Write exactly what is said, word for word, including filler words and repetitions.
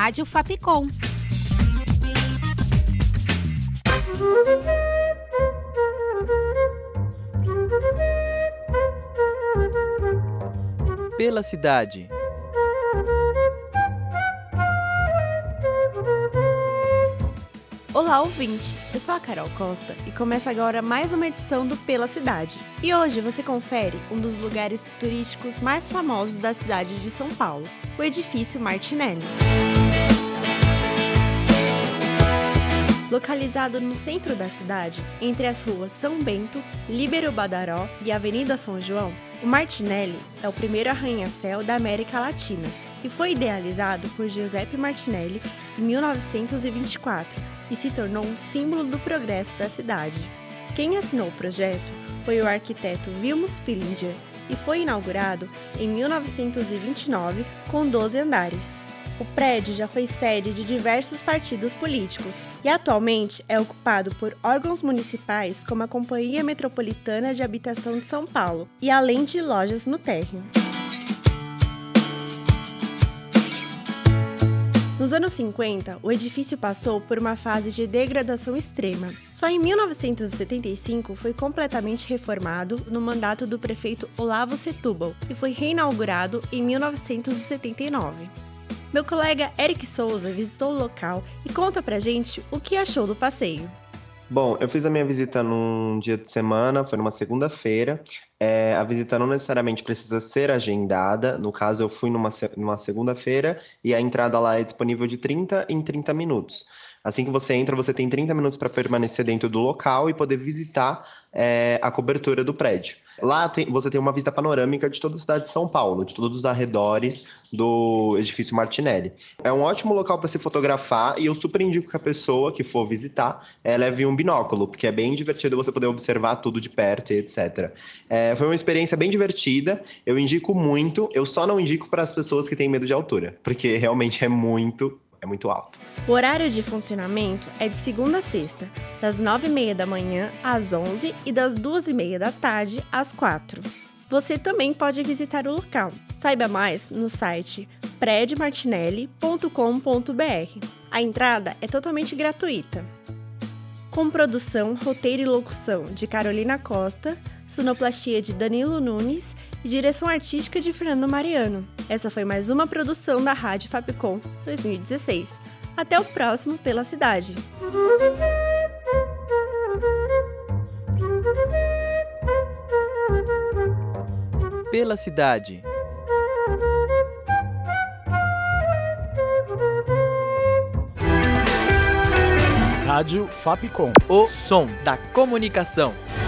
Rádio Fapcom. Pela cidade. Olá, ouvinte! Eu sou a Carol Costa e começa agora mais uma edição do Pela Cidade. E hoje você confere um dos lugares turísticos mais famosos da cidade de São Paulo, o Edifício Martinelli. Localizado no centro da cidade, entre as ruas São Bento, Líbero Badaró e Avenida São João, o Martinelli é o primeiro arranha-céu da América Latina e foi idealizado por Giuseppe Martinelli em mil novecentos e vinte e quatro e se tornou um símbolo do progresso da cidade. Quem assinou o projeto foi o arquiteto Vilmos Fillinger e foi inaugurado em mil novecentos e vinte e nove com doze andares. O prédio já foi sede de diversos partidos políticos e atualmente é ocupado por órgãos municipais como a Companhia Metropolitana de Habitação de São Paulo e além de lojas no térreo. Nos anos cinquenta, o edifício passou por uma fase de degradação extrema. Só em mil novecentos e setenta e cinco foi completamente reformado no mandato do prefeito Olavo Setúbal e foi reinaugurado em mil novecentos e setenta e nove. Meu colega Eric Souza visitou o local e conta pra gente o que achou do passeio. Bom, eu fiz a minha visita num dia de semana, foi numa segunda-feira. É, a visita não necessariamente precisa ser agendada, no caso eu fui numa, numa segunda-feira e a entrada lá é disponível de trinta em trinta minutos. Assim que você entra, você tem trinta minutos para permanecer dentro do local e poder visitar é, a cobertura do prédio. Lá tem, você tem uma vista panorâmica de toda a cidade de São Paulo, de todos os arredores do edifício Martinelli. É um ótimo local para se fotografar e eu super indico que a pessoa que for visitar é, leve um binóculo, porque é bem divertido você poder observar tudo de perto e etcétera. É, foi uma experiência bem divertida, eu indico muito, eu só não indico para as pessoas que têm medo de altura, porque realmente é muito É muito alto. O horário de funcionamento é de segunda a sexta, das nove e meia da manhã às onze e das duas e meia da tarde às quatro. Você também pode visitar o local. Saiba mais no site prédio martinelli ponto com ponto b r. A entrada é totalmente gratuita. Com produção, roteiro e locução de Carolina Costa, sonoplastia de Danilo Nunes e direção artística de Fernando Mariano. Essa foi mais uma produção da Rádio Fapcom dois mil e dezesseis. Até o próximo Pela Cidade. Pela cidade. Rádio Fapcom. O som da comunicação.